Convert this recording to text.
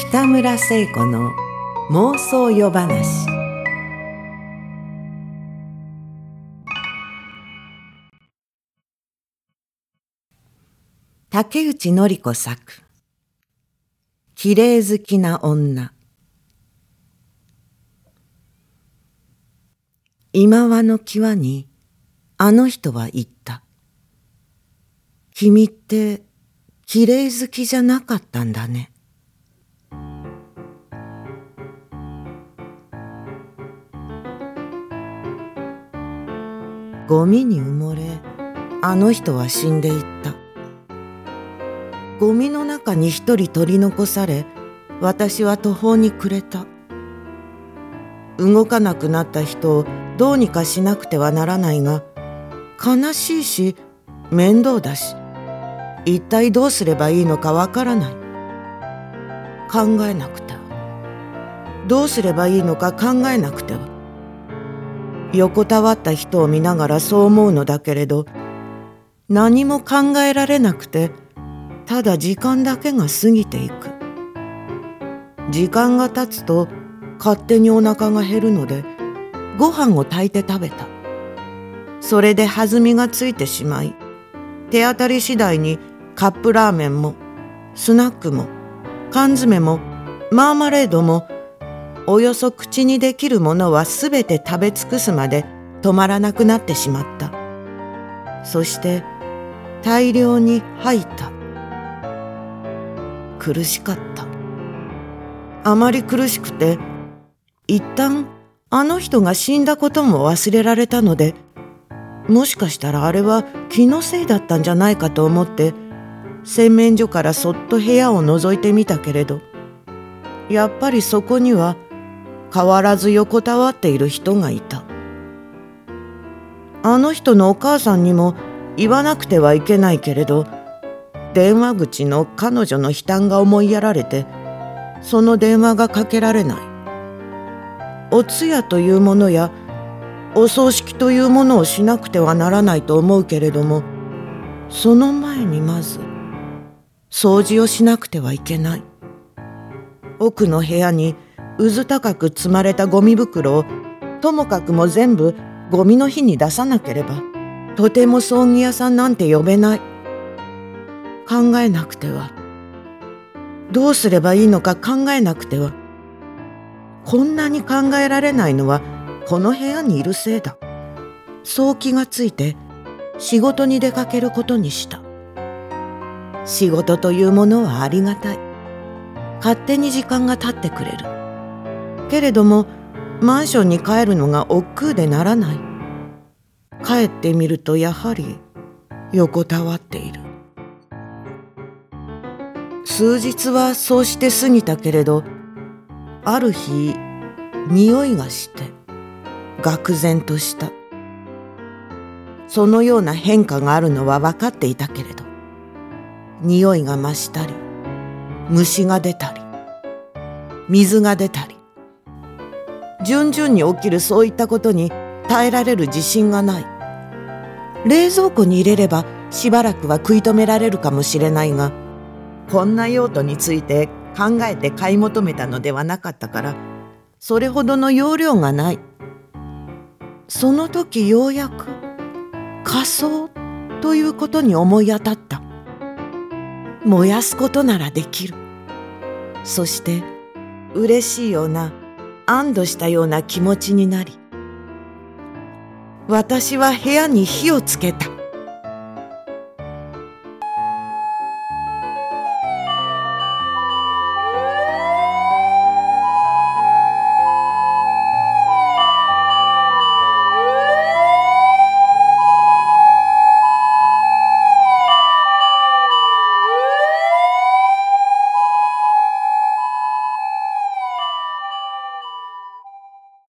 北村聖子の妄想夜話。竹内典子作、きれい好きな女。今和の際にあの人は言った。君ってきれい好きじゃなかったんだね。ゴミに埋もれ、あの人は死んでいった。ゴミの中に一人取り残され、私は途方に暮れた。動かなくなった人をどうにかしなくてはならないが、悲しいし面倒だし、一体どうすればいいのかわからない。考えなくては。どうすればいいのか考えなくては。横たわった人を見ながらそう思うのだけれど、何も考えられなくて、ただ時間だけが過ぎていく。時間が経つと勝手にお腹が減るので、ご飯を炊いて食べた。それで弾みがついてしまい、手当たり次第にカップラーメンもスナックも缶詰もマーマレードも、およそ口にできるものはすべて食べ尽くすまで止まらなくなってしまった。そして大量に吐いた。苦しかった。あまり苦しくて、一旦あの人が死んだことも忘れられたので、もしかしたらあれは気のせいだったんじゃないかと思って、洗面所からそっと部屋を覗いてみたけれど、やっぱりそこには変わらず横たわっている人がいた。あの人のお母さんにも言わなくてはいけないけれど、電話口の彼女の悲嘆が思いやられて、その電話がかけられない。お通夜というものやお葬式というものをしなくてはならないと思うけれども、その前にまず掃除をしなくてはいけない。奥の部屋にうず高く積まれたゴミ袋をともかくも全部ゴミの日に出さなければ、とても葬儀屋さんなんて呼べない。考えなくては。どうすればいいのか考えなくては。こんなに考えられないのはこの部屋にいるせいだ。そう気がついて仕事に出かけることにした。仕事というものはありがたい。勝手に時間が経ってくれる。けれどもマンションに帰るのが億劫でならない。帰ってみるとやはり横たわっている。数日はそうして過ぎたけれど、ある日匂いがして愕然とした。そのような変化があるのは分かっていたけれど、匂いが増したり、虫が出たり、水が出たり、順々に起きるそういったことに耐えられる自信がない。冷蔵庫に入れればしばらくは食い止められるかもしれないが、こんな用途について考えて買い求めたのではなかったから、それほどの容量がない。その時ようやく火葬ということに思い当たった。燃やすことならできる。そして嬉しいような安堵したような気持ちになり、私は部屋に火をつけた。